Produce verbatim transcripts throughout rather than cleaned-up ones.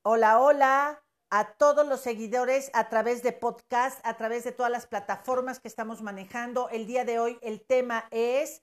Hola, hola a todos los seguidores a través de podcast, a través de todas las plataformas que estamos manejando. El día de hoy el tema es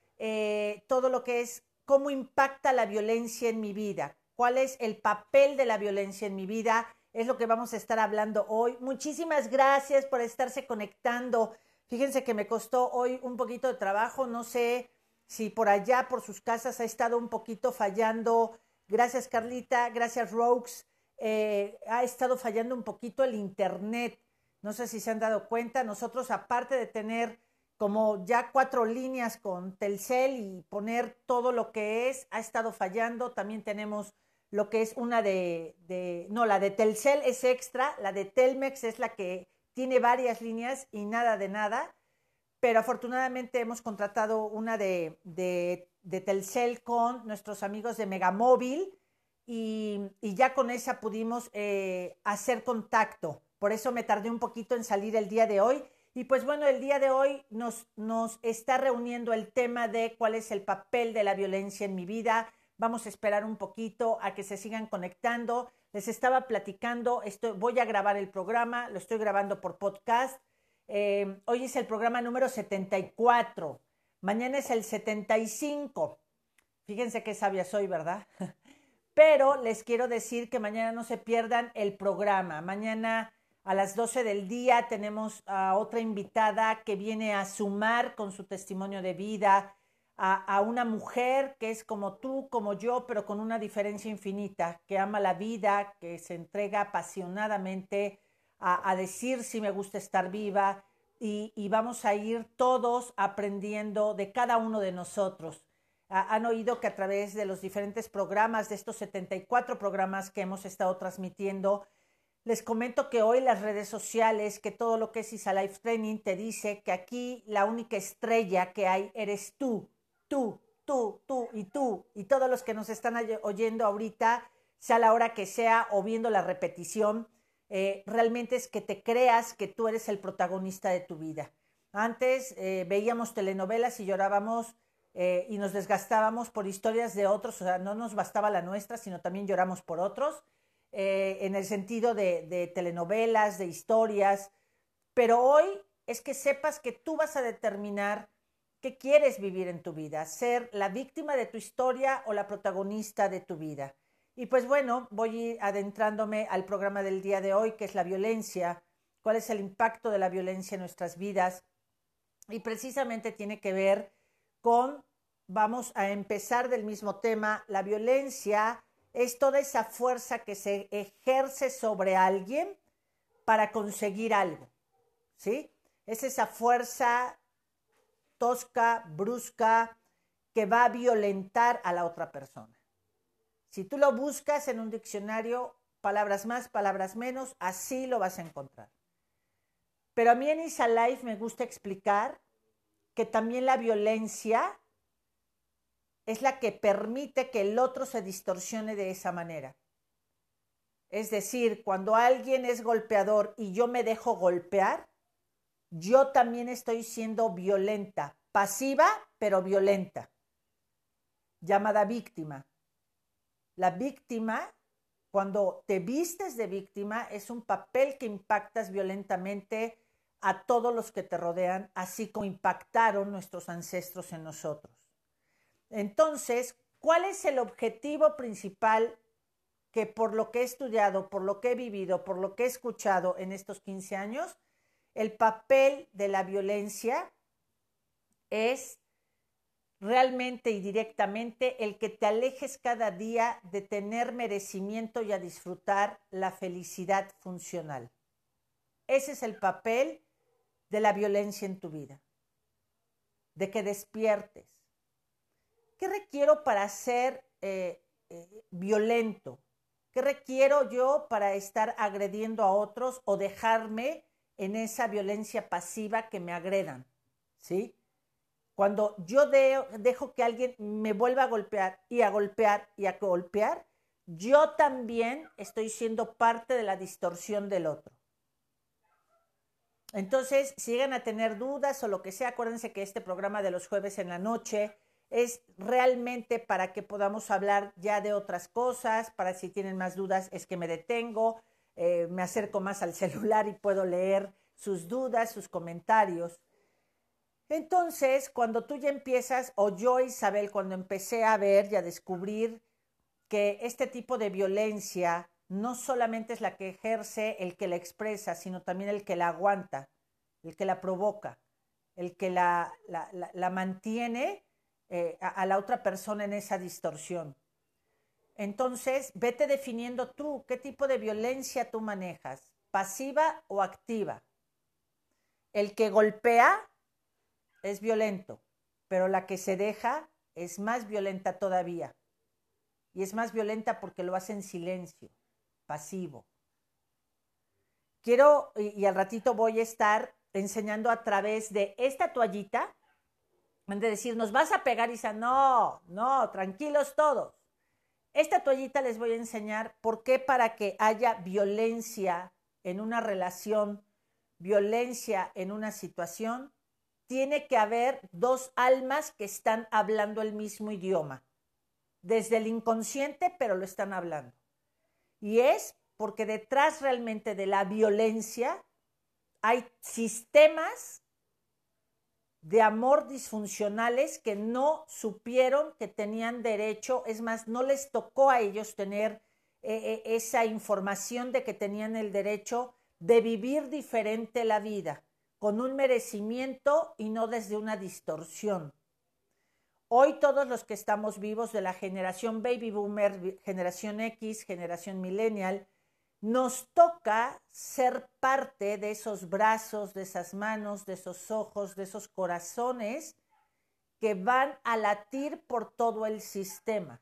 eh, todo lo que es cómo impacta la violencia en mi vida, cuál es el papel de la violencia en mi vida, es lo que vamos a estar hablando hoy. Muchísimas gracias por estarse conectando. Fíjense que me costó hoy un poquito de trabajo, no sé si por allá, por sus casas, ha estado un poquito fallando. Gracias, Carlita, gracias, Rox. Eh, ha estado fallando un poquito el internet. No sé si se han dado cuenta. Nosotros, aparte de tener como ya cuatro líneas con Telcel y poner todo lo que es, ha estado fallando. También tenemos lo que es una de, de, no, la de Telcel es extra, la de Telmex es la que tiene varias líneas y nada de nada, pero afortunadamente hemos contratado una de, de, de Telcel con nuestros amigos de Megamóvil y, y ya con esa pudimos eh, hacer contacto. Por eso me tardé un poquito en salir el día de hoy. Y pues bueno, el día de hoy nos, nos está reuniendo el tema de cuál es el papel de la violencia en mi vida. Vamos a esperar un poquito a que se sigan conectando. Les estaba platicando, estoy, voy a grabar el programa, lo estoy grabando por podcast. Eh, hoy es el programa número setenta y cuatro. Mañana es el setenta y cinco. Fíjense qué sabia soy, ¿verdad? Pero les quiero decir que mañana no se pierdan el programa. Mañana a las doce del día tenemos a otra invitada que viene a sumar con su testimonio de vida a, a una mujer que es como tú, como yo, pero con una diferencia infinita, que ama la vida, que se entrega apasionadamente a, a decir si me gusta estar viva y, y vamos a ir todos aprendiendo de cada uno de nosotros. Han oído que a través de los diferentes programas, de estos setenta y cuatro programas que hemos estado transmitiendo, les comento que hoy las redes sociales, que todo lo que es Isa Life Training te dice que aquí la única estrella que hay eres tú, tú, tú, tú y tú. Y todos los que nos están oyendo ahorita, sea la hora que sea o viendo la repetición, eh, realmente es que te creas que tú eres el protagonista de tu vida. Antes eh, veíamos telenovelas y llorábamos eh, y nos desgastábamos por historias de otros, o sea, no nos bastaba la nuestra, sino también lloramos por otros, eh, en el sentido de, de telenovelas, de historias, pero hoy es que sepas que tú vas a determinar qué quieres vivir en tu vida, ser la víctima de tu historia o la protagonista de tu vida. Y pues bueno, voy adentrándome al programa del día de hoy, que es la violencia, cuál es el impacto de la violencia en nuestras vidas, y precisamente tiene que ver con, vamos a empezar del mismo tema, la violencia es toda esa fuerza que se ejerce sobre alguien para conseguir algo, ¿sí? Es esa fuerza tosca, brusca, que va a violentar a la otra persona. Si tú lo buscas en un diccionario, palabras más, palabras menos, así lo vas a encontrar. Pero a mí en Isa Life me gusta explicar que también la violencia es la que permite que el otro se distorsione de esa manera. Es decir, cuando alguien es golpeador y yo me dejo golpear, yo también estoy siendo violenta, pasiva, pero violenta, llamada víctima. La víctima, cuando te vistes de víctima, es un papel que impactas violentamente a todos los que te rodean, así como impactaron nuestros ancestros en nosotros. Entonces, ¿cuál es el objetivo principal que por lo que he estudiado, por lo que he vivido, por lo que he escuchado en estos quince años, el papel de la violencia es realmente y directamente el que te alejes cada día de tener merecimiento y a disfrutar la felicidad funcional? Ese es el papel de la violencia en tu vida, de que despiertes. ¿Qué requiero para ser eh, eh, violento? ¿Qué requiero yo para estar agrediendo a otros o dejarme en esa violencia pasiva que me agredan? ¿Sí? Cuando yo de, dejo que alguien me vuelva a golpear y a golpear y a golpear, yo también estoy siendo parte de la distorsión del otro. Entonces, si llegan a tener dudas o lo que sea, acuérdense que este programa de los jueves en la noche es realmente para que podamos hablar ya de otras cosas, para si tienen más dudas es que me detengo, eh, me acerco más al celular y puedo leer sus dudas, sus comentarios. Entonces, cuando tú ya empiezas, o yo, Isabel, cuando empecé a ver y a descubrir que este tipo de violencia no solamente es la que ejerce el que la expresa, sino también el que la aguanta, el que la provoca, el que la, la, la, la mantiene eh, a, a la otra persona en esa distorsión. Entonces, vete definiendo tú qué tipo de violencia tú manejas, pasiva o activa. El que golpea es violento, pero la que se deja es más violenta todavía. Y es más violenta porque lo hace en silencio, pasivo. Quiero, y, y al ratito voy a estar enseñando a través de esta toallita, de decir, nos vas a pegar, Isa. No, no, tranquilos todos. Esta toallita les voy a enseñar por qué para que haya violencia en una relación, violencia en una situación, tiene que haber dos almas que están hablando el mismo idioma. Desde el inconsciente, pero lo están hablando. Y es porque detrás realmente de la violencia hay sistemas de amor disfuncionales que no supieron que tenían derecho, es más, no les tocó a ellos tener eh, esa información de que tenían el derecho de vivir diferente la vida, con un merecimiento y no desde una distorsión. Hoy todos los que estamos vivos de la generación Baby Boomer, generación X, generación Millennial, nos toca ser parte de esos brazos, de esas manos, de esos ojos, de esos corazones que van a latir por todo el sistema.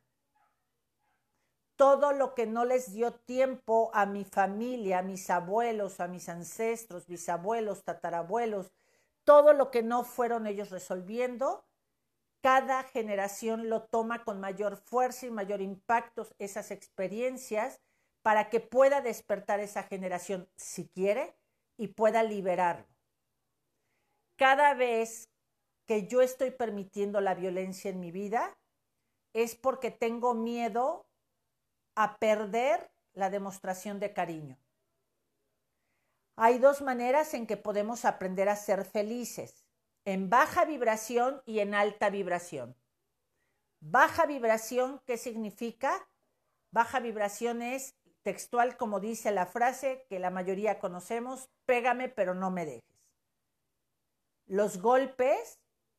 Todo lo que no les dio tiempo a mi familia, a mis abuelos, a mis ancestros, bisabuelos, tatarabuelos, todo lo que no fueron ellos resolviendo, cada generación lo toma con mayor fuerza y mayor impacto esas experiencias para que pueda despertar esa generación si quiere y pueda liberarlo. Cada vez que yo estoy permitiendo la violencia en mi vida es porque tengo miedo a perder la demostración de cariño. Hay dos maneras en que podemos aprender a ser felices: en baja vibración y en alta vibración. Baja vibración, ¿qué significa? Baja vibración es textual, como dice la frase que la mayoría conocemos: pégame pero no me dejes. Los golpes,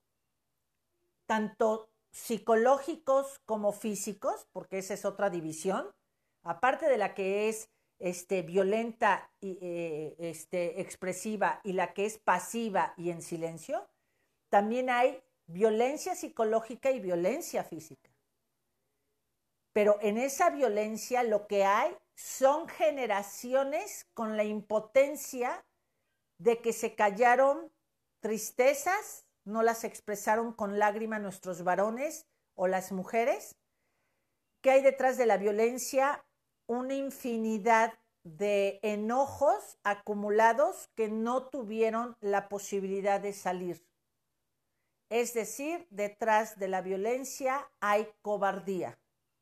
tanto psicológicos como físicos, porque esa es otra división, aparte de la que es este, violenta y eh, este, expresiva, y la que es pasiva y en silencio, también hay violencia psicológica y violencia física. Pero en esa violencia lo que hay son generaciones con la impotencia de que se callaron tristezas, no las expresaron con lágrima nuestros varones o las mujeres. ¿Qué hay detrás de la violencia? Una infinidad de enojos acumulados que no tuvieron la posibilidad de salir. Es decir, detrás de la violencia hay cobardía.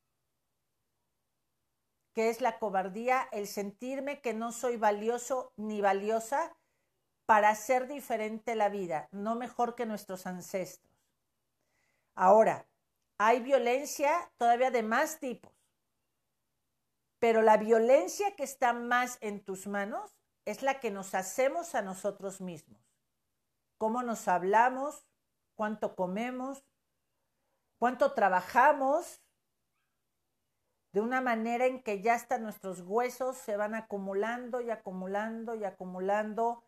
¿Qué es la cobardía? El sentirme que no soy valioso ni valiosa para hacer diferente la vida, no mejor que nuestros ancestros. Ahora, hay violencia todavía de más tipos, pero la violencia que está más en tus manos es la que nos hacemos a nosotros mismos. Cómo nos hablamos, cuánto comemos, cuánto trabajamos, de una manera en que ya hasta nuestros huesos se van acumulando y acumulando y acumulando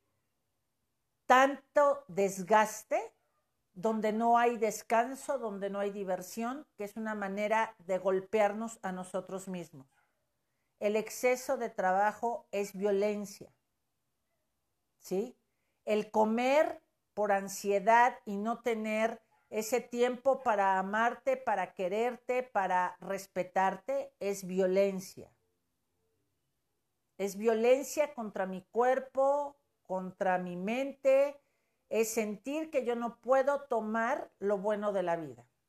tanto desgaste, donde no hay descanso, donde no hay diversión, que es una manera de golpearnos a nosotros mismos. El exceso de trabajo es violencia, ¿sí? El comer por ansiedad y no tener ese tiempo para amarte, para quererte, para respetarte, es violencia. Es violencia contra mi cuerpo, contra mi mente, es sentir que yo no puedo tomar lo bueno de la vida.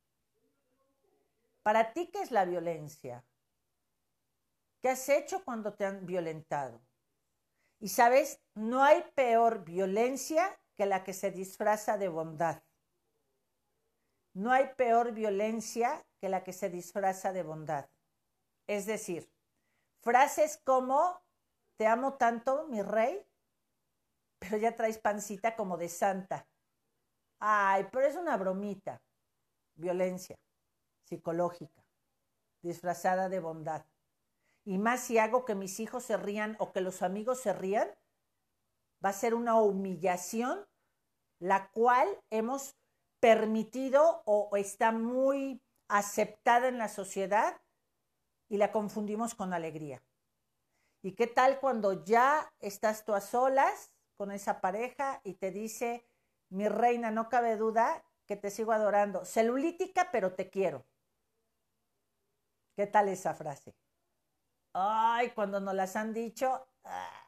Para ti, ¿qué es la violencia? ¿Qué has hecho cuando te han violentado? Y sabes, no hay peor violencia que la que se disfraza de bondad. No hay peor violencia que la que se disfraza de bondad. Es decir, frases como, te amo tanto, mi rey, pero ya traes pancita como de santa. Ay, pero es una bromita. Violencia psicológica, disfrazada de bondad. Y más si hago que mis hijos se rían o que los amigos se rían, va a ser una humillación, la cual hemos permitido o, o está muy aceptada en la sociedad y la confundimos con alegría. ¿Y qué tal cuando ya estás tú a solas con esa pareja y te dice, mi reina, no cabe duda que te sigo adorando, celulítica, pero te quiero? ¿Qué tal esa frase? Ay, cuando nos las han dicho, ah,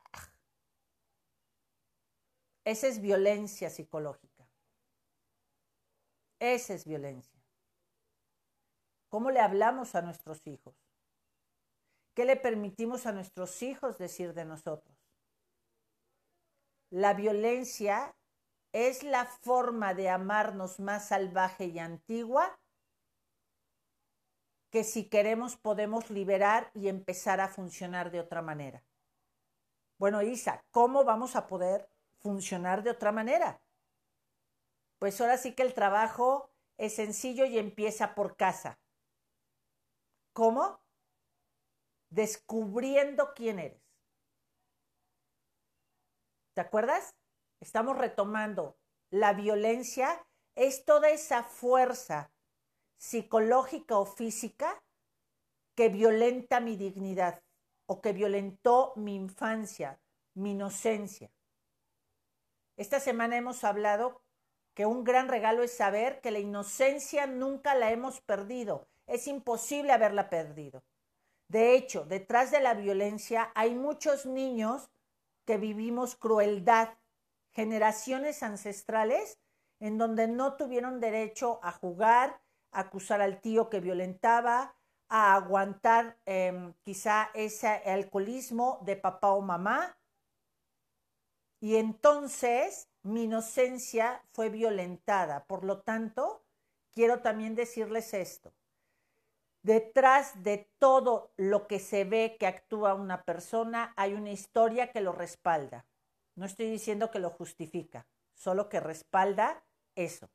esa es violencia psicológica. Esa es violencia. ¿Cómo le hablamos a nuestros hijos? ¿Qué le permitimos a nuestros hijos decir de nosotros? La violencia es la forma de amarnos más salvaje y antigua que si queremos podemos liberar y empezar a funcionar de otra manera. Bueno, Isa, ¿cómo vamos a poder funcionar de otra manera? Pues ahora sí que el trabajo es sencillo y empieza por casa. ¿Cómo? Descubriendo quién eres. ¿Te acuerdas? Estamos retomando. La violencia es toda esa fuerza psicológica o física que violenta mi dignidad o que violentó mi infancia, mi inocencia. Esta semana hemos hablado que un gran regalo es saber que la inocencia nunca la hemos perdido. Es imposible haberla perdido. De hecho, detrás de la violencia hay muchos niños que vivimos crueldad, generaciones ancestrales en donde no tuvieron derecho a jugar, a acusar al tío que violentaba, a aguantar eh, quizá ese alcoholismo de papá o mamá. Y entonces mi inocencia fue violentada. Por lo tanto, quiero también decirles esto. Detrás de todo lo que se ve que actúa una persona, hay una historia que lo respalda. No estoy diciendo que lo justifica, solo que respalda eso.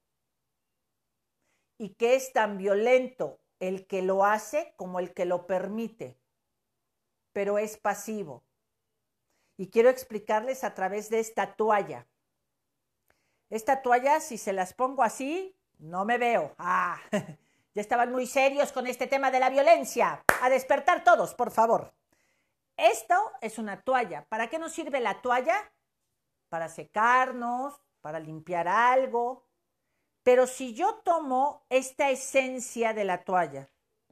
Y que es tan violento el que lo hace como el que lo permite, pero es pasivo. Y quiero explicarles a través de esta toalla. Esta toalla, si se las pongo así, no me veo. Ah, ya estaban muy serios con este tema de la violencia. A despertar todos, por favor. Esto es una toalla. ¿Para qué nos sirve la toalla? Para secarnos, para limpiar algo. Pero si yo tomo esta esencia de la toalla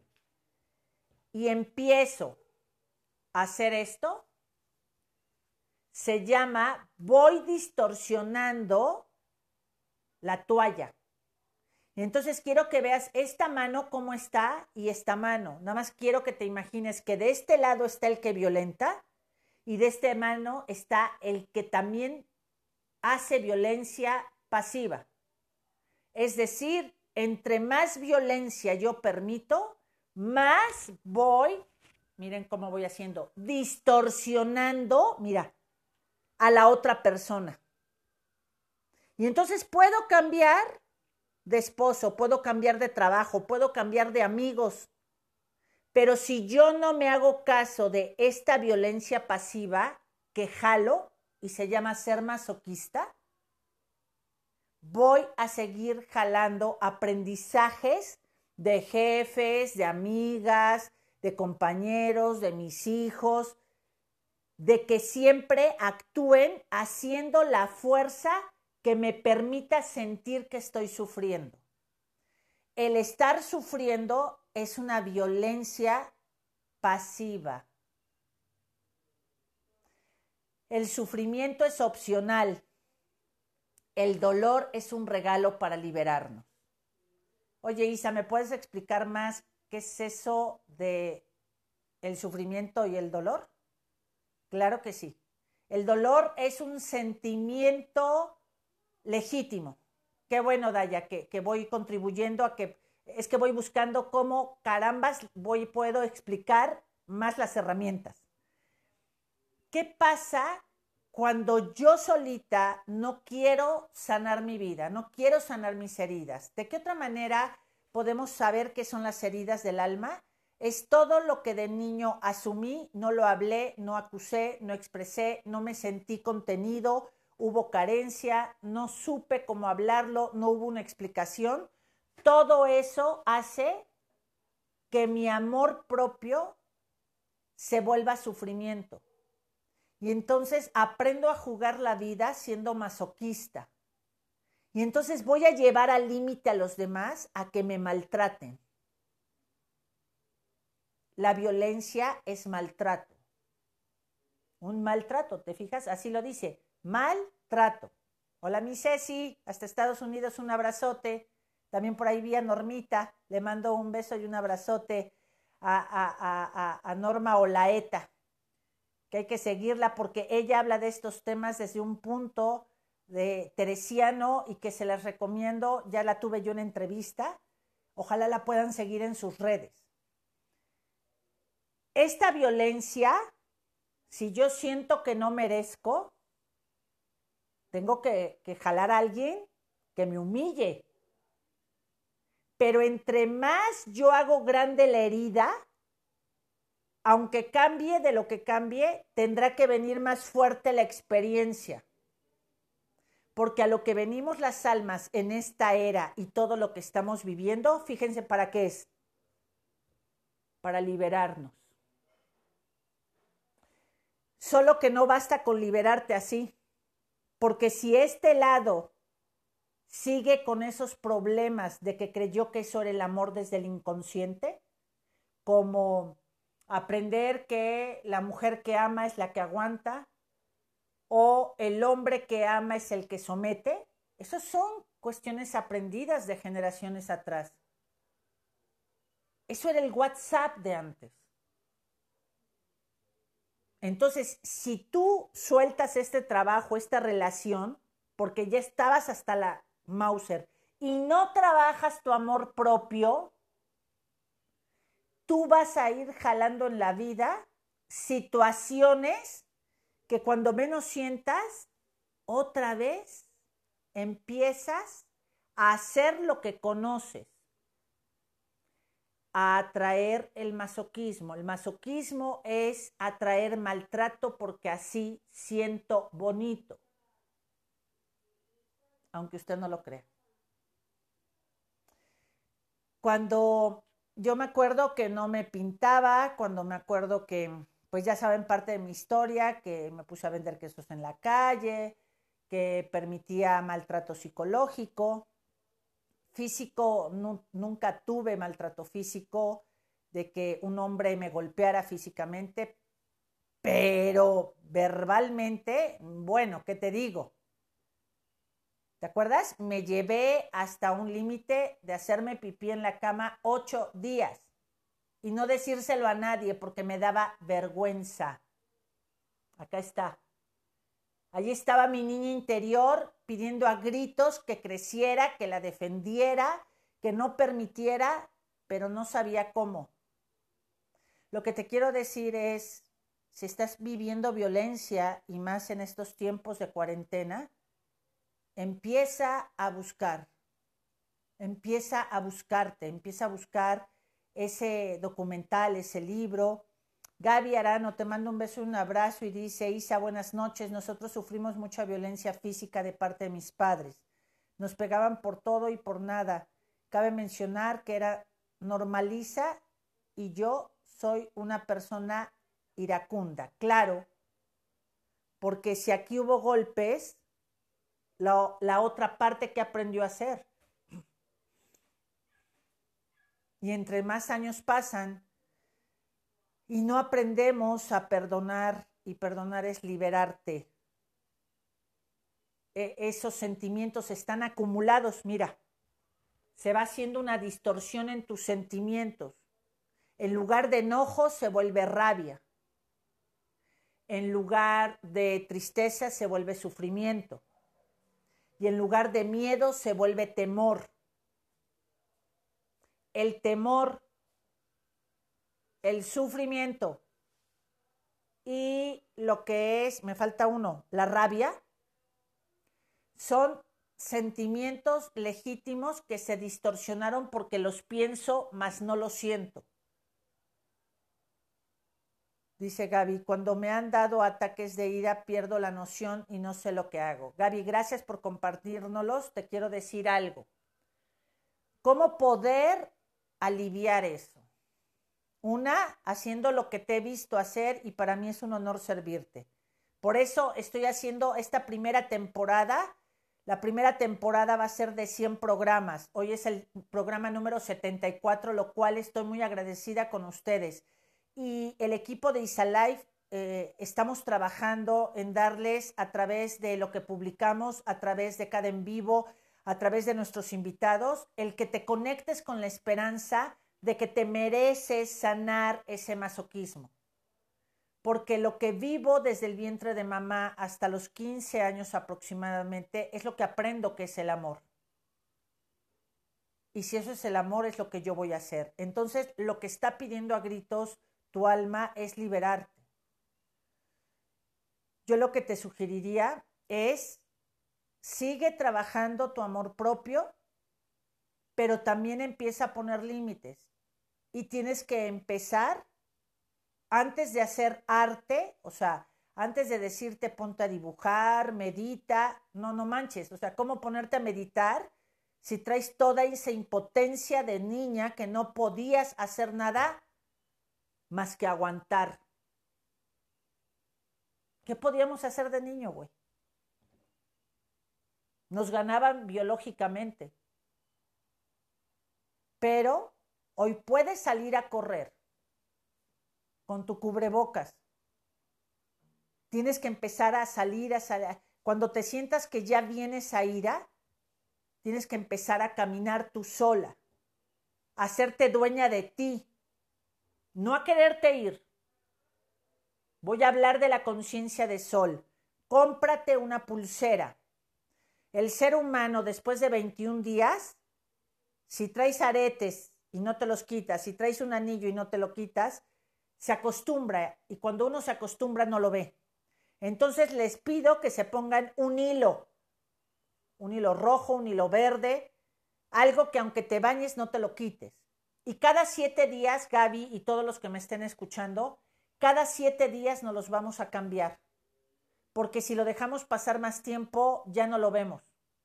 y empiezo a hacer esto, se llama voy distorsionando la toalla. Entonces quiero que veas esta mano cómo está y esta mano. Nada más quiero que te imagines que de este lado está el que violenta y de esta mano está el que también hace violencia pasiva. Es decir, entre más violencia yo permito, más voy, miren cómo voy haciendo, distorsionando, mira, a la otra persona. Y entonces puedo cambiar de esposo, puedo cambiar de trabajo, puedo cambiar de amigos. Pero si yo no me hago caso de esta violencia pasiva que jalo y se llama ser masoquista, voy a seguir jalando aprendizajes de jefes, de amigas, de compañeros, de mis hijos, de que siempre actúen haciendo la fuerza que me permita sentir que estoy sufriendo. El estar sufriendo es una violencia pasiva. El sufrimiento es opcional. El dolor es un regalo para liberarnos. Oye, Isa, ¿me puedes explicar más qué es eso de el sufrimiento y el dolor? Claro que sí. El dolor es un sentimiento legítimo. Qué bueno, Daya, que, que voy contribuyendo a que, es que voy buscando cómo carambas voy, puedo explicar más las herramientas. ¿Qué pasa cuando yo solita no quiero sanar mi vida, no quiero sanar mis heridas? ¿De qué otra manera podemos saber qué son las heridas del alma? Es todo lo que de niño asumí, no lo hablé, no acusé, no expresé, no me sentí contenido, hubo carencia, no supe cómo hablarlo, no hubo una explicación. Todo eso hace que mi amor propio se vuelva sufrimiento. Y entonces aprendo a jugar la vida siendo masoquista. Y entonces voy a llevar al límite a los demás a que me maltraten. La violencia es maltrato. Un maltrato, ¿te fijas? Así lo dice, maltrato. Hola, mi Ceci, hasta Estados Unidos, un abrazote. También por ahí vi a Normita, le mando un beso y un abrazote a, a, a, a Norma Olaeta, que hay que seguirla porque ella habla de estos temas desde un punto de teresiano y que se las recomiendo. Ya la tuve yo en entrevista. Ojalá la puedan seguir en sus redes. Esta violencia, si yo siento que no merezco, tengo que, que jalar a alguien que me humille. Pero entre más yo hago grande la herida, aunque cambie de lo que cambie, tendrá que venir más fuerte la experiencia. Porque a lo que venimos las almas en esta era y todo lo que estamos viviendo, fíjense para qué es. Para liberarnos. Solo que no basta con liberarte así. Porque si este lado sigue con esos problemas de que creyó que eso era el amor desde el inconsciente, como aprender que la mujer que ama es la que aguanta o el hombre que ama es el que somete, esas son cuestiones aprendidas de generaciones atrás. Eso era el WhatsApp de antes. Entonces, si tú sueltas este trabajo, esta relación, porque ya estabas hasta la Mauser, y no trabajas tu amor propio, tú vas a ir jalando en la vida situaciones que cuando menos sientas, otra vez empiezas a hacer lo que conoces, a atraer el masoquismo. El masoquismo es atraer maltrato porque así siento bonito, aunque usted no lo crea. Cuando yo me acuerdo que no me pintaba, cuando me acuerdo que, pues ya saben parte de mi historia, que me puse a vender quesos en la calle, que permitía maltrato psicológico, físico, no, nunca tuve maltrato físico, de que un hombre me golpeara físicamente, pero verbalmente, bueno, ¿qué te digo? ¿Te acuerdas? Me llevé hasta un límite de hacerme pipí en la cama ocho días y no decírselo a nadie porque me daba vergüenza. Acá está. Allí estaba mi niña interior pidiendo a gritos que creciera, que la defendiera, que no permitiera, pero no sabía cómo. Lo que te quiero decir es, si estás viviendo violencia y más en estos tiempos de cuarentena, empieza a buscar, empieza a buscarte, empieza a buscar ese documental, ese libro. Gaby Arano, te mando un beso y un abrazo y dice, Isa, buenas noches, nosotros sufrimos mucha violencia física de parte de mis padres. Nos pegaban por todo y por nada. Cabe mencionar que era normaliza y yo soy una persona iracunda. Claro, porque si aquí hubo golpes, la, la otra parte que aprendió a hacer. Y entre más años pasan y no aprendemos a perdonar, y perdonar es liberarte. E- esos sentimientos están acumulados, mira, se va haciendo una distorsión en tus sentimientos. En lugar de enojo se vuelve rabia. En lugar de tristeza se vuelve sufrimiento. Y en lugar de miedo se vuelve temor. El temor, el sufrimiento y lo que es, me falta uno, la rabia, son sentimientos legítimos que se distorsionaron porque los pienso, mas no los siento. Dice Gaby, cuando me han dado ataques de ira, pierdo la noción y no sé lo que hago. Gaby, gracias por compartirnoslos. Te quiero decir algo. ¿Cómo poder aliviar eso? Una, haciendo lo que te he visto hacer y para mí es un honor servirte. Por eso estoy haciendo esta primera temporada. La primera temporada va a ser de cien programas. Hoy es el programa número setenta y cuatro, lo cual estoy muy agradecida con ustedes. Y el equipo de ISALife eh, estamos trabajando en darles a través de lo que publicamos, a través de cada en vivo, a través de nuestros invitados, el que te conectes con la esperanza de que te mereces sanar ese masoquismo. Porque lo que vivo desde el vientre de mamá hasta los quince años aproximadamente es lo que aprendo que es el amor. Y si eso es el amor, es lo que yo voy a hacer. Entonces, lo que está pidiendo a gritos tu alma es liberarte. Yo lo que te sugeriría es, sigue trabajando tu amor propio, pero también empieza a poner límites. Y tienes que empezar, antes de hacer arte, o sea, antes de decirte ponte a dibujar, medita, no, no manches. O sea, ¿cómo ponerte a meditar si traes toda esa impotencia de niña que no podías hacer nada más que aguantar? ¿Qué podíamos hacer de niño, güey? Nos ganaban biológicamente. Pero hoy puedes salir a correr con tu cubrebocas. Tienes que empezar a salir, a salir. Cuando te sientas que ya vienes a ira, tienes que empezar a caminar tú sola, a hacerte dueña de ti, no a quererte ir. Voy a hablar de la conciencia de sol. Cómprate una pulsera. El ser humano, después de veintiún días, si traes aretes y no te los quitas, si traes un anillo y no te lo quitas, se acostumbra, y cuando uno se acostumbra no lo ve. Entonces les pido que se pongan un hilo, un hilo rojo, un hilo verde, algo que aunque te bañes no te lo quites. Y cada siete días, Gaby y todos los que me estén escuchando, cada siete días nos los vamos a cambiar, porque si lo dejamos pasar más tiempo ya no lo vemos.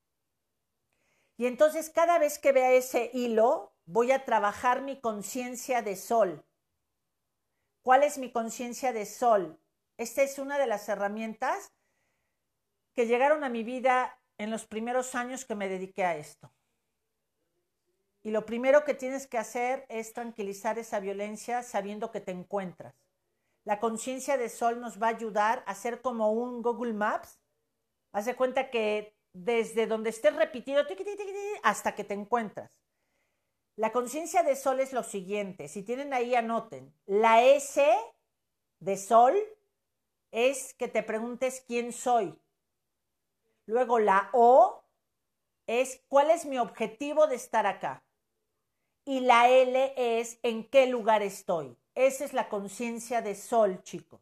Y entonces cada vez que vea ese hilo, voy a trabajar mi conciencia de sol. ¿Cuál es mi conciencia de sol? Esta es una de las herramientas que llegaron a mi vida en los primeros años que me dediqué a esto. Y lo primero que tienes que hacer es tranquilizar esa violencia sabiendo que te encuentras. La conciencia de sol nos va a ayudar a hacer como un Google Maps. Haz de cuenta que desde donde estés repitido hasta que te encuentras. La conciencia de sol es lo siguiente. Si tienen ahí, anoten. La S de sol es que te preguntes quién soy. Luego la O es cuál es mi objetivo de estar acá. Y la L es en qué lugar estoy. Esa es la conciencia de sol, chicos.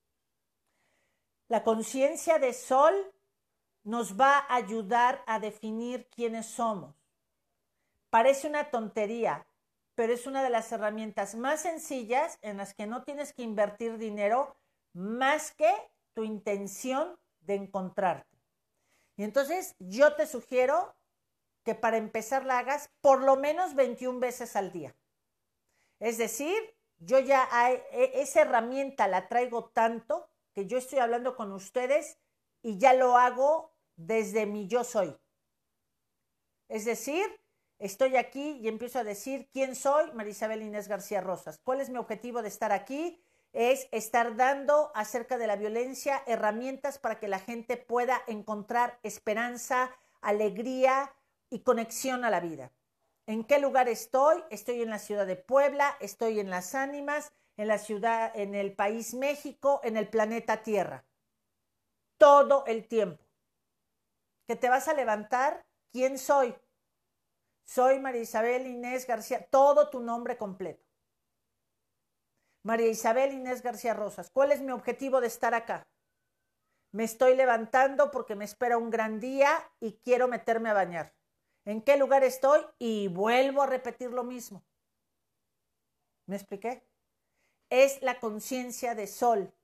La conciencia de sol nos va a ayudar a definir quiénes somos. Parece una tontería, pero es una de las herramientas más sencillas en las que no tienes que invertir dinero más que tu intención de encontrarte. Y entonces yo te sugiero que para empezar la hagas por lo menos veintiún veces al día. Es decir, yo ya hay, esa herramienta la traigo tanto que yo estoy hablando con ustedes y ya lo hago desde mi yo soy. Es decir, estoy aquí y empiezo a decir quién soy, Marisabel Inés García Rosas. ¿Cuál es mi objetivo de estar aquí? Es estar dando acerca de la violencia herramientas para que la gente pueda encontrar esperanza, alegría y conexión a la vida. ¿En qué lugar estoy? Estoy en la ciudad de Puebla, estoy en las ánimas, en la ciudad, en el país México, en el planeta Tierra. Todo el tiempo. Que te vas a levantar, ¿quién soy? Soy María Isabel Inés García, todo tu nombre completo. María Isabel Inés García Rosas. ¿Cuál es mi objetivo de estar acá? Me estoy levantando porque me espera un gran día y quiero meterme a bañar. ¿En qué lugar estoy? Y vuelvo a repetir lo mismo. ¿Me expliqué? Es la conciencia de sol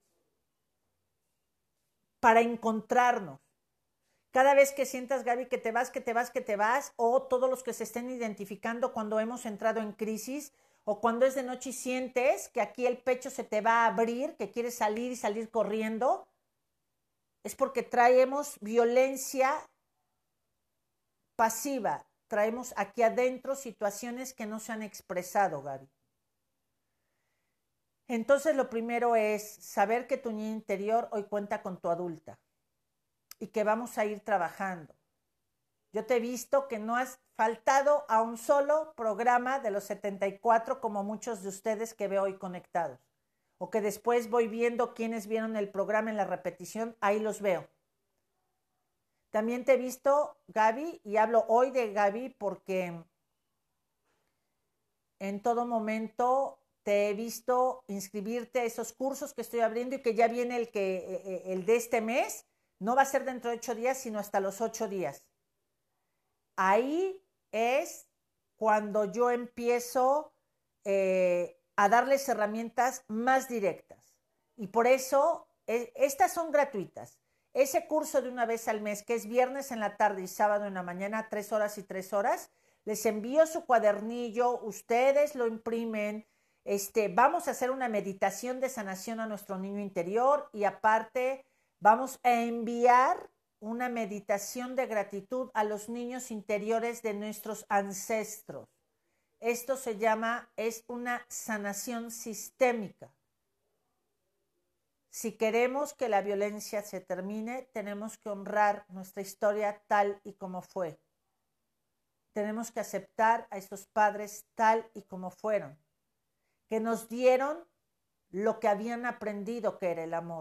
para encontrarnos. Cada vez que sientas, Gaby, que te vas, que te vas, que te vas, o todos los que se estén identificando cuando hemos entrado en crisis, o cuando es de noche y sientes que aquí el pecho se te va a abrir, que quieres salir y salir corriendo, es porque traemos violencia pasiva, traemos aquí adentro situaciones que no se han expresado, Gaby. Entonces lo primero es saber que tu niña interior hoy cuenta con tu adulta y que vamos a ir trabajando. Yo te he visto que no has faltado a un solo programa de los setenta y cuatro como muchos de ustedes que veo hoy conectados. O que después voy viendo quienes vieron el programa en la repetición, ahí los veo. También te he visto, Gaby, y hablo hoy de Gaby porque en todo momento te he visto inscribirte a esos cursos que estoy abriendo y que ya viene el, que, el de este mes. No va a ser dentro de ocho días, sino hasta los ocho días. Ahí es cuando yo empiezo eh, a darles herramientas más directas. Y por eso, eh, estas son gratuitas. Ese curso de una vez al mes, que es viernes en la tarde y sábado en la mañana, tres horas y tres horas, les envío su cuadernillo, ustedes lo imprimen, este, vamos a hacer una meditación de sanación a nuestro niño interior y aparte vamos a enviar una meditación de gratitud a los niños interiores de nuestros ancestros. Esto se llama, es una sanación sistémica. Si queremos que la violencia se termine, tenemos que honrar nuestra historia tal y como fue. Tenemos que aceptar a esos padres tal y como fueron, que nos dieron lo que habían aprendido que era el amor.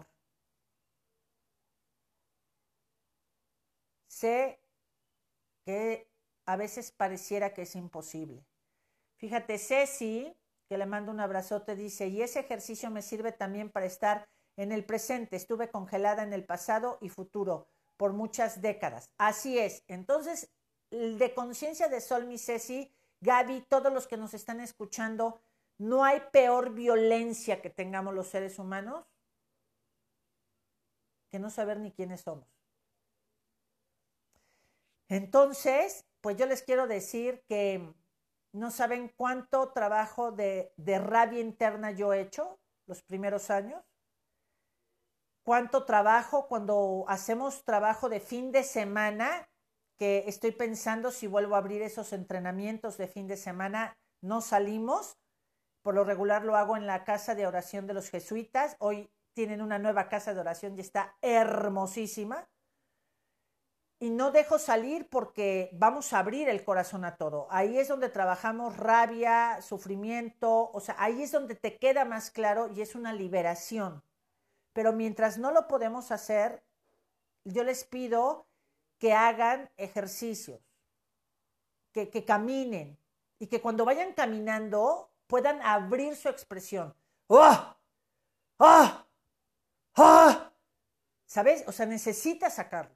Sé que a veces pareciera que es imposible. Fíjate, Ceci, que le mando un abrazote, dice, y ese ejercicio me sirve también para estar en el presente. Estuve congelada en el pasado y futuro por muchas décadas. Así es. Entonces, de conciencia de sol, mi Ceci, Gaby, todos los que nos están escuchando, no hay peor violencia que tengamos los seres humanos que no saber ni quiénes somos. Entonces, pues yo les quiero decir que no saben cuánto trabajo de, de rabia interna yo he hecho los primeros años. Cuánto trabajo cuando hacemos trabajo de fin de semana, que estoy pensando si vuelvo a abrir esos entrenamientos de fin de semana, no salimos. Por lo regular lo hago en la casa de oración de los jesuitas. Hoy tienen una nueva casa de oración y está hermosísima. Y no dejo salir porque vamos a abrir el corazón a todo. Ahí es donde trabajamos rabia, sufrimiento, o sea, ahí es donde te queda más claro y es una liberación. Pero mientras no lo podemos hacer, yo les pido que hagan ejercicios, que, que caminen y que cuando vayan caminando puedan abrir su expresión. ¡Ah! ¡Ah! ¡Ah! ¿Sabes? O sea, necesitas sacarlo.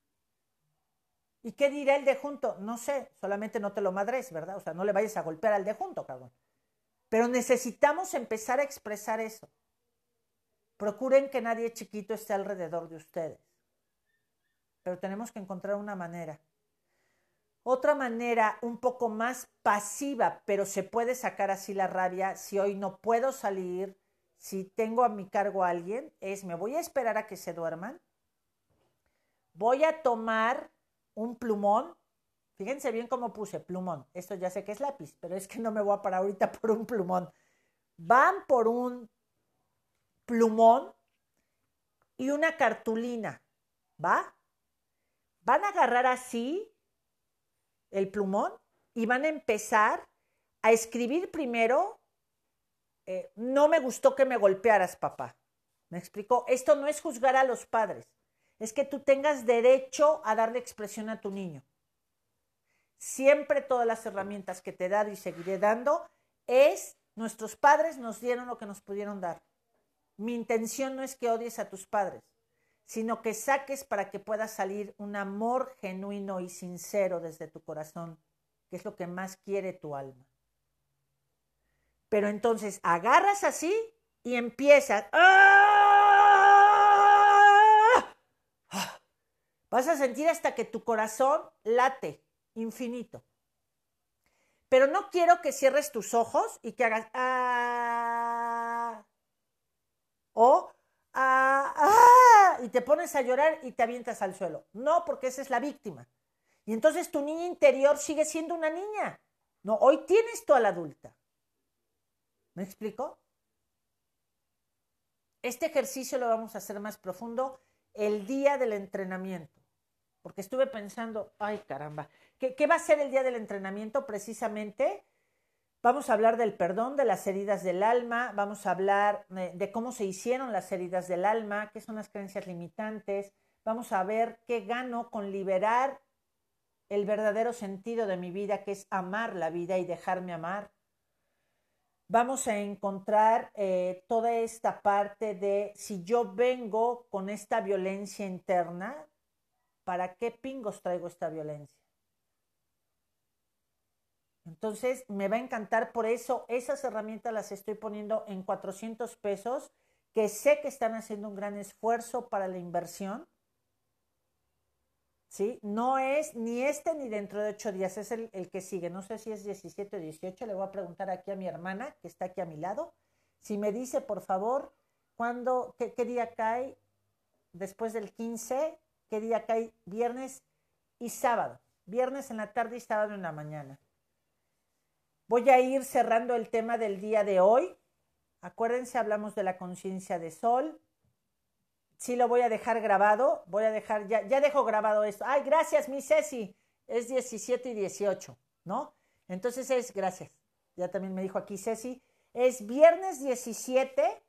¿Y qué dirá el de junto? No sé, solamente no te lo madres, ¿verdad? O sea, no le vayas a golpear al de junto, cabrón. Pero necesitamos empezar a expresar eso. Procuren que nadie chiquito esté alrededor de ustedes. Pero tenemos que encontrar una manera. Otra manera un poco más pasiva, pero se puede sacar así la rabia, si hoy no puedo salir, si tengo a mi cargo a alguien, es me voy a esperar a que se duerman, voy a tomar un plumón, fíjense bien cómo puse plumón, esto ya sé que es lápiz, pero es que no me voy a parar ahorita por un plumón. Van por un plumón y una cartulina, ¿va? Van a agarrar así el plumón y van a empezar a escribir primero, eh, no me gustó que me golpearas, papá. ¿Me explicó? Esto no es juzgar a los padres, es que tú tengas derecho a darle expresión a tu niño. Siempre todas las herramientas que te he dado y seguiré dando es, nuestros padres nos dieron lo que nos pudieron dar. Mi intención no es que odies a tus padres, sino que saques para que pueda salir un amor genuino y sincero desde tu corazón, que es lo que más quiere tu alma. Pero entonces agarras así y empiezas. ¡Ah! Vas a sentir hasta que tu corazón late infinito. Pero no quiero que cierres tus ojos y que hagas ¡ah! O ¡ah! ¡ah! Y te pones a llorar y te avientas al suelo. No, porque esa es la víctima. Y entonces tu niña interior sigue siendo una niña. No, hoy tienes tú a la adulta. ¿Me explico? Este ejercicio lo vamos a hacer más profundo el día del entrenamiento. Porque estuve pensando, ay caramba, ¿qué, qué va a ser el día del entrenamiento? Precisamente vamos a hablar del perdón, de las heridas del alma, vamos a hablar de, de cómo se hicieron las heridas del alma, qué son las creencias limitantes, vamos a ver qué gano con liberar el verdadero sentido de mi vida, que es amar la vida y dejarme amar. Vamos a encontrar eh, toda esta parte de si yo vengo con esta violencia interna, ¿para qué pingos traigo esta violencia? Entonces, me va a encantar, por eso esas herramientas las estoy poniendo en cuatrocientos pesos, que sé que están haciendo un gran esfuerzo para la inversión. ¿Sí? No es ni este ni dentro de ocho días, es el, el que sigue. No sé si es diecisiete o dieciocho, le voy a preguntar aquí a mi hermana, que está aquí a mi lado, si me dice, por favor, cuándo, qué, qué día cae después del quince, qué día cae viernes y sábado. Viernes en la tarde y sábado en la mañana. Voy a ir cerrando el tema del día de hoy. Acuérdense, hablamos de la conciencia de sol. Sí lo voy a dejar grabado. Voy a dejar, ya, ya dejo grabado esto. Ay, gracias, mi Ceci. Es diecisiete y dieciocho, ¿no? Entonces es, gracias. Ya también me dijo aquí Ceci. Es viernes diecisiete.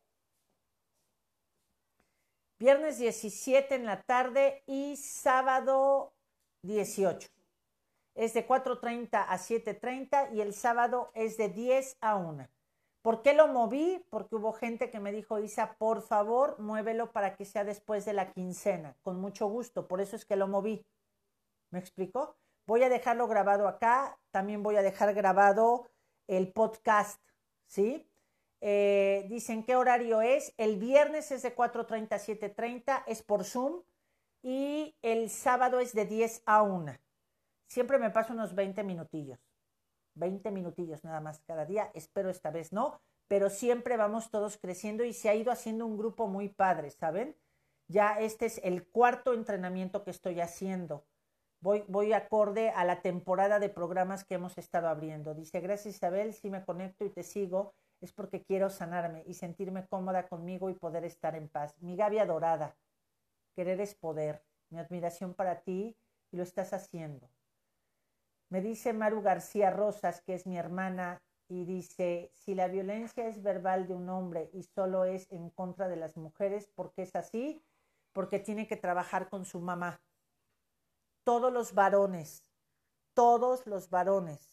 Viernes diecisiete en la tarde y sábado dieciocho. Es de cuatro treinta a siete treinta y el sábado es de diez a una. ¿Por qué lo moví? Porque hubo gente que me dijo, Isa, por favor, muévelo para que sea después de la quincena. Con mucho gusto, por eso es que lo moví. ¿Me explico? Voy a dejarlo grabado acá, también voy a dejar grabado el podcast, ¿sí? Eh, dicen, ¿qué horario es? El viernes es de cuatro treinta a siete treinta, es por Zoom, y el sábado es de diez a una. Siempre me paso unos veinte minutillos. veinte minutillos nada más cada día, espero esta vez no, pero siempre vamos todos creciendo y se ha ido haciendo un grupo muy padre, ¿saben? Ya este es el cuarto entrenamiento que estoy haciendo. Voy, voy acorde a la temporada de programas que hemos estado abriendo. Dice, gracias Isabel, si me conecto y te sigo, es porque quiero sanarme y sentirme cómoda conmigo y poder estar en paz. Mi Gaby adorada, querer es poder, mi admiración para ti y lo estás haciendo. Me dice Maru García Rosas, que es mi hermana, y dice, si la violencia es verbal de un hombre y solo es en contra de las mujeres, ¿por qué es así? Porque tiene que trabajar con su mamá. Todos los varones, todos los varones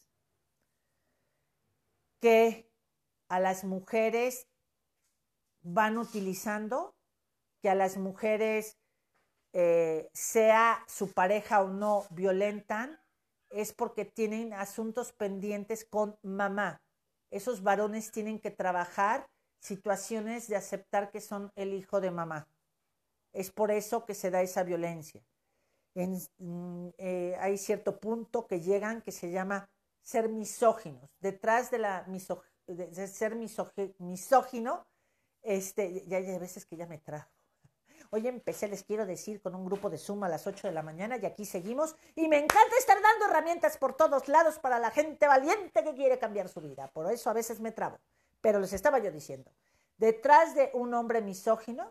que a las mujeres van utilizando, que a las mujeres, eh, sea su pareja o no, violentan, es porque tienen asuntos pendientes con mamá. Esos varones tienen que trabajar situaciones de aceptar que son el hijo de mamá. Es por eso que se da esa violencia. En, eh, hay cierto punto que llegan que se llama ser misóginos. Detrás de, la miso, de, de ser misogi, misógino, este, ya hay veces que ya me trajo. Hoy empecé, les quiero decir, con un grupo de Zoom a las ocho de la mañana y aquí seguimos. Y me encanta estar dando herramientas por todos lados para la gente valiente que quiere cambiar su vida. Por eso a veces me trabo. Pero les estaba yo diciendo, detrás de un hombre misógino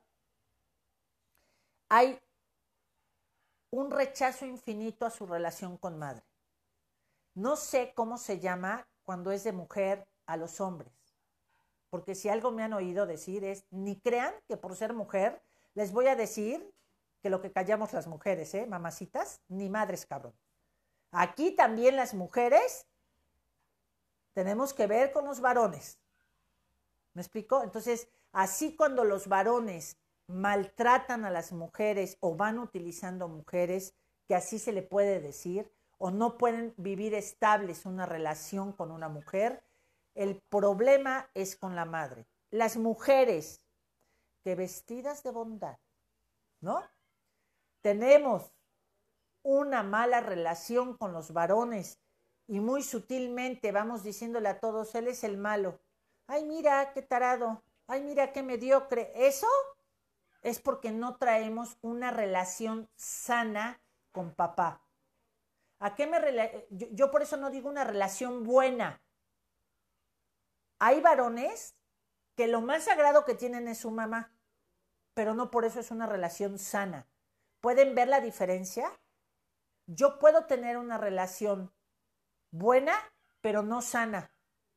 hay un rechazo infinito a su relación con madre. No sé cómo se llama cuando es de mujer a los hombres, porque si algo me han oído decir es, ni crean que por ser mujer, les voy a decir que lo que callamos las mujeres, ¿eh, mamacitas? Ni madres, cabrón. Aquí también las mujeres tenemos que ver con los varones. ¿Me explico? Entonces, así cuando los varones maltratan a las mujeres o van utilizando mujeres, que así se le puede decir, o no pueden vivir estables una relación con una mujer, el problema es con la madre. Las mujeres que vestidas de bondad, ¿no? Tenemos una mala relación con los varones y muy sutilmente vamos diciéndole a todos, él es el malo. Ay, mira, qué tarado. Ay, mira, qué mediocre. Eso es porque no traemos una relación sana con papá. ¿A qué me rela- yo, yo por eso no digo una relación buena. Hay varones que lo más sagrado que tienen es su mamá, pero no por eso es una relación sana. ¿Pueden ver la diferencia? Yo puedo tener una relación buena, pero no sana.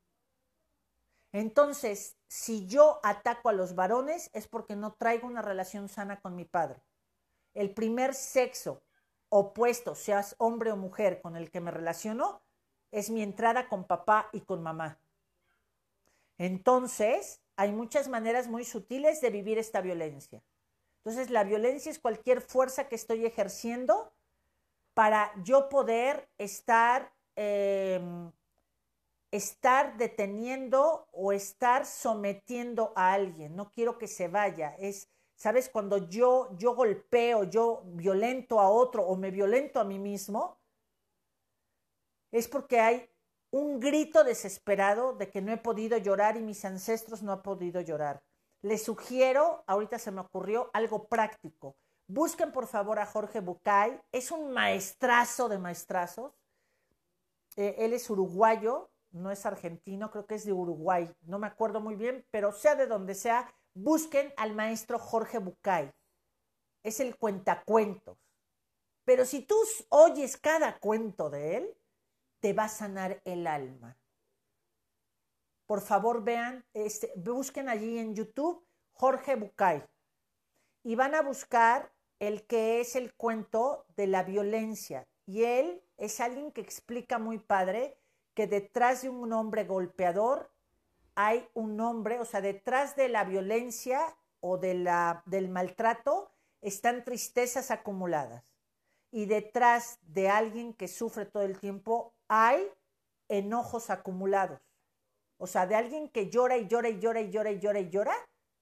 Entonces, si yo ataco a los varones es porque no traigo una relación sana con mi padre. El primer sexo opuesto, seas hombre o mujer, con el que me relaciono, es mi entrada con papá y con mamá. Entonces, hay muchas maneras muy sutiles de vivir esta violencia. Entonces, la violencia es cualquier fuerza que estoy ejerciendo para yo poder estar... Eh, estar deteniendo o estar sometiendo a alguien. No quiero que se vaya. Es, ¿sabes? Cuando yo, yo golpeo, yo violento a otro o me violento a mí mismo, es porque hay un grito desesperado de que no he podido llorar y mis ancestros no han podido llorar. Les sugiero, ahorita se me ocurrió, algo práctico. Busquen por favor a Jorge Bucay. Es un maestrazo de maestrazos. Eh, él es uruguayo, no es argentino, creo que es de Uruguay, no me acuerdo muy bien, pero sea de donde sea, busquen al maestro Jorge Bucay. Es el cuentacuentos. Pero si tú oyes cada cuento de él, te va a sanar el alma. Por favor, vean, este, busquen allí en YouTube Jorge Bucay y van a buscar el que es el cuento de la violencia. Y él es alguien que explica muy padre que detrás de un hombre golpeador hay un hombre, o sea, detrás de la violencia o de la, del maltrato están tristezas acumuladas. Y detrás de alguien que sufre todo el tiempo hay enojos acumulados. O sea, de alguien que llora y llora y llora y llora y llora y llora,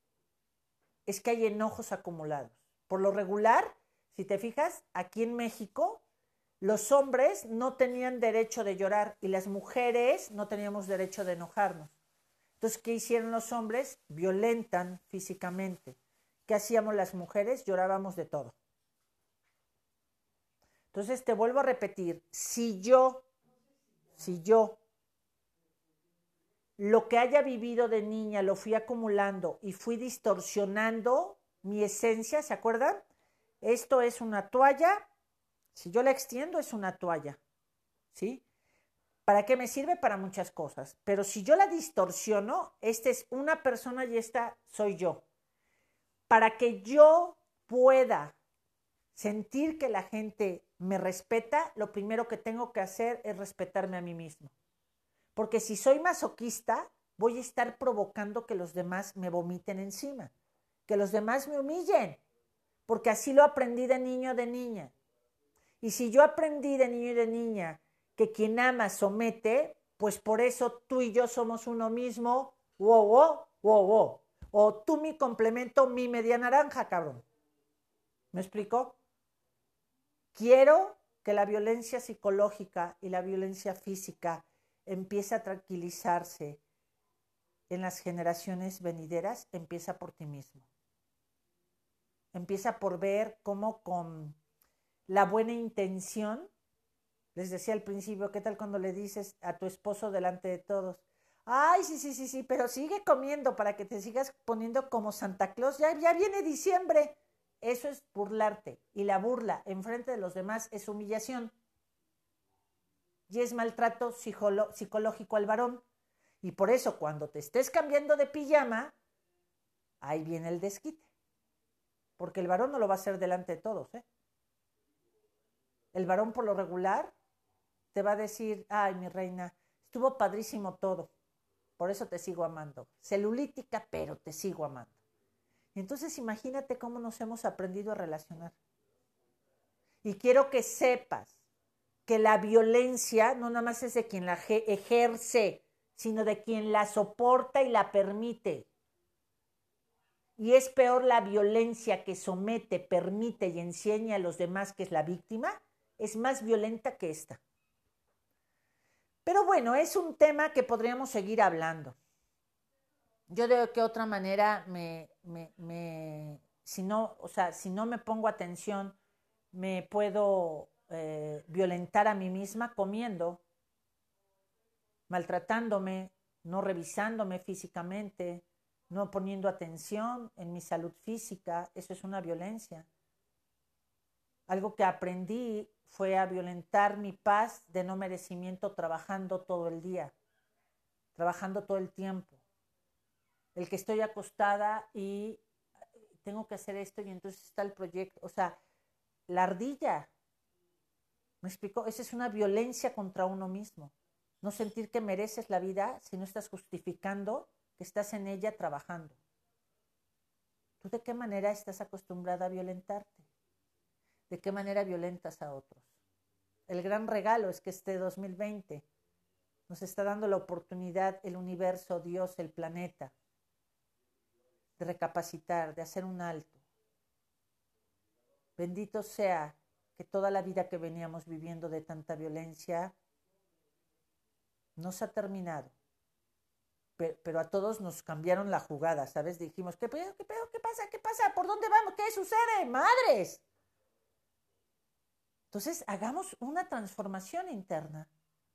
es que hay enojos acumulados. Por lo regular, si te fijas, aquí en México, los hombres no tenían derecho de llorar y las mujeres no teníamos derecho de enojarnos. Entonces, ¿qué hicieron los hombres? Violentan físicamente. ¿Qué hacíamos las mujeres? Llorábamos de todo. Entonces, te vuelvo a repetir, si yo, si yo, lo que haya vivido de niña lo fui acumulando y fui distorsionando mi esencia, ¿se acuerdan? Esto es una toalla, si yo la extiendo es una toalla, ¿sí? ¿Para qué me sirve? Para muchas cosas. Pero si yo la distorsiono, esta es una persona y esta soy yo. Para que yo pueda sentir que la gente me respeta, lo primero que tengo que hacer es respetarme a mí mismo. Porque si soy masoquista, voy a estar provocando que los demás me vomiten encima, que los demás me humillen, porque así lo aprendí de niño o de niña. Y si yo aprendí de niño y de niña que quien ama somete, pues por eso tú y yo somos uno mismo, wow, wow, wow, wow. O tú mi complemento, mi media naranja, cabrón. ¿Me explico? Quiero que la violencia psicológica y la violencia física empiece a tranquilizarse en las generaciones venideras. Empieza por ti mismo. Empieza por ver cómo con la buena intención, les decía al principio, ¿qué tal cuando le dices a tu esposo delante de todos? Ay, sí, sí, sí, sí, pero sigue comiendo para que te sigas poniendo como Santa Claus. Ya, ya viene diciembre. Eso es burlarte. Y la burla enfrente de los demás es humillación. y es maltrato psicolo- psicológico al varón. Y por eso cuando te estés cambiando de pijama, ahí viene el desquite. Porque el varón no lo va a hacer delante de todos, ¿eh? El varón por lo regular te va a decir, ay, mi reina, estuvo padrísimo todo, por eso te sigo amando. Celulítica, pero te sigo amando. Entonces imagínate cómo nos hemos aprendido a relacionar. Y quiero que sepas que la violencia no nada más es de quien la ejerce, sino de quien la soporta y la permite. Y es peor la violencia que somete, permite y enseña a los demás que es la víctima, es más violenta que esta. Pero bueno, es un tema que podríamos seguir hablando. Yo de qué otra manera me, me, me si no, o sea, si no me pongo atención, me puedo eh, violentar a mí misma comiendo, maltratándome, no revisándome físicamente, no poniendo atención en mi salud física. Eso es una violencia. Algo que aprendí fue a violentar mi paz de no merecimiento trabajando todo el día, trabajando todo el tiempo. El que estoy acostada y tengo que hacer esto y entonces está el proyecto. O sea, la ardilla. ¿Me explico? Esa es una violencia contra uno mismo. No sentir que mereces la vida si no estás justificando que estás en ella trabajando. ¿Tú de qué manera estás acostumbrada a violentarte? ¿De qué manera violentas a otros? El gran regalo es que este dos mil veinte nos está dando la oportunidad, el universo, Dios, el planeta, de recapacitar, de hacer un alto. Bendito sea que toda la vida que veníamos viviendo de tanta violencia no se ha terminado. Pero, pero a todos nos cambiaron la jugada, ¿sabes? Dijimos, ¿qué pedo, qué pedo, qué pasa, qué pasa? ¿Por dónde vamos? ¿Qué sucede? ¡Madres! Entonces, hagamos una transformación interna.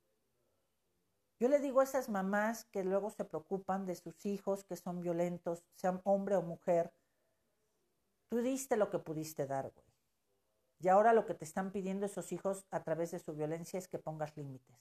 Yo le digo a esas mamás que luego se preocupan de sus hijos que son violentos, sean hombre o mujer, tú diste lo que pudiste dar, güey. Y ahora lo que te están pidiendo esos hijos a través de su violencia es que pongas límites.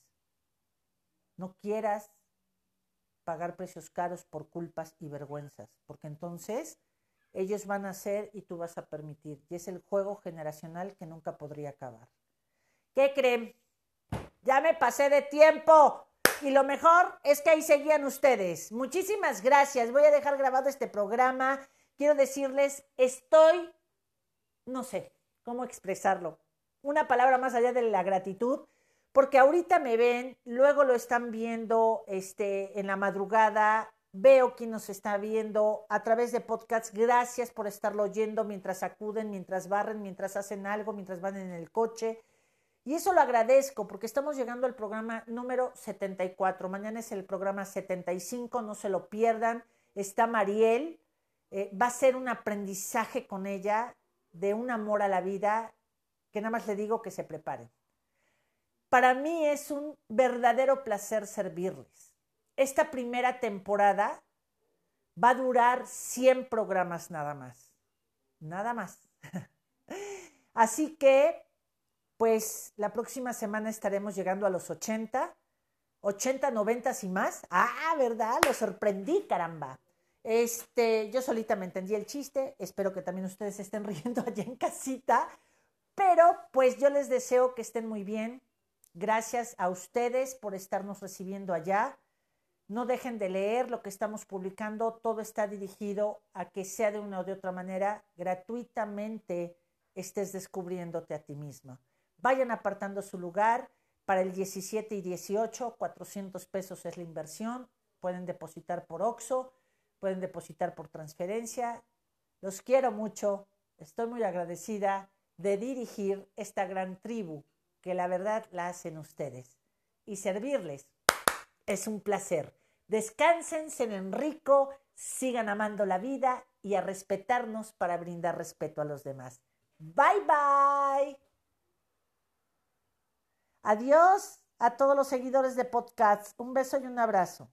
No quieras pagar precios caros por culpas y vergüenzas, porque entonces ellos van a hacer y tú vas a permitir. Y es el juego generacional que nunca podría acabar. ¿Qué creen? Ya me pasé de tiempo. Y lo mejor es que ahí seguían ustedes. Muchísimas gracias. Voy a dejar grabado este programa. Quiero decirles, estoy, no sé cómo expresarlo. Una palabra más allá de la gratitud, porque ahorita me ven, luego lo están viendo este, en la madrugada, veo quién nos está viendo a través de podcasts. Gracias por estarlo oyendo mientras acuden, mientras barren, mientras hacen algo, mientras van en el coche. Y eso lo agradezco porque estamos llegando al programa número setenta y cuatro. Mañana es el programa setenta y cinco, no se lo pierdan. Está Mariel, eh, va a ser un aprendizaje con ella de un amor a la vida que nada más le digo que se preparen. Para mí es un verdadero placer servirles. Esta primera temporada va a durar cien programas nada más. Nada más. Así que pues la próxima semana estaremos llegando a los ochenta, ochenta, noventa y más. Ah, ¿verdad? Lo sorprendí, caramba. Este, yo solita me entendí el chiste, espero que también ustedes estén riendo allá en casita, pero pues yo les deseo que estén muy bien. Gracias a ustedes por estarnos recibiendo allá. No dejen de leer lo que estamos publicando, todo está dirigido a que sea de una o de otra manera gratuitamente estés descubriéndote a ti misma. Vayan apartando su lugar para el diecisiete y dieciocho, cuatrocientos pesos es la inversión, pueden depositar por Oxxo, pueden depositar por transferencia. Los quiero mucho, estoy muy agradecida de dirigir esta gran tribu, que la verdad la hacen ustedes. Y servirles es un placer. Descansen, sean rico, sigan amando la vida y a respetarnos para brindar respeto a los demás. Bye, bye. Adiós a todos los seguidores de podcast. Un beso y un abrazo.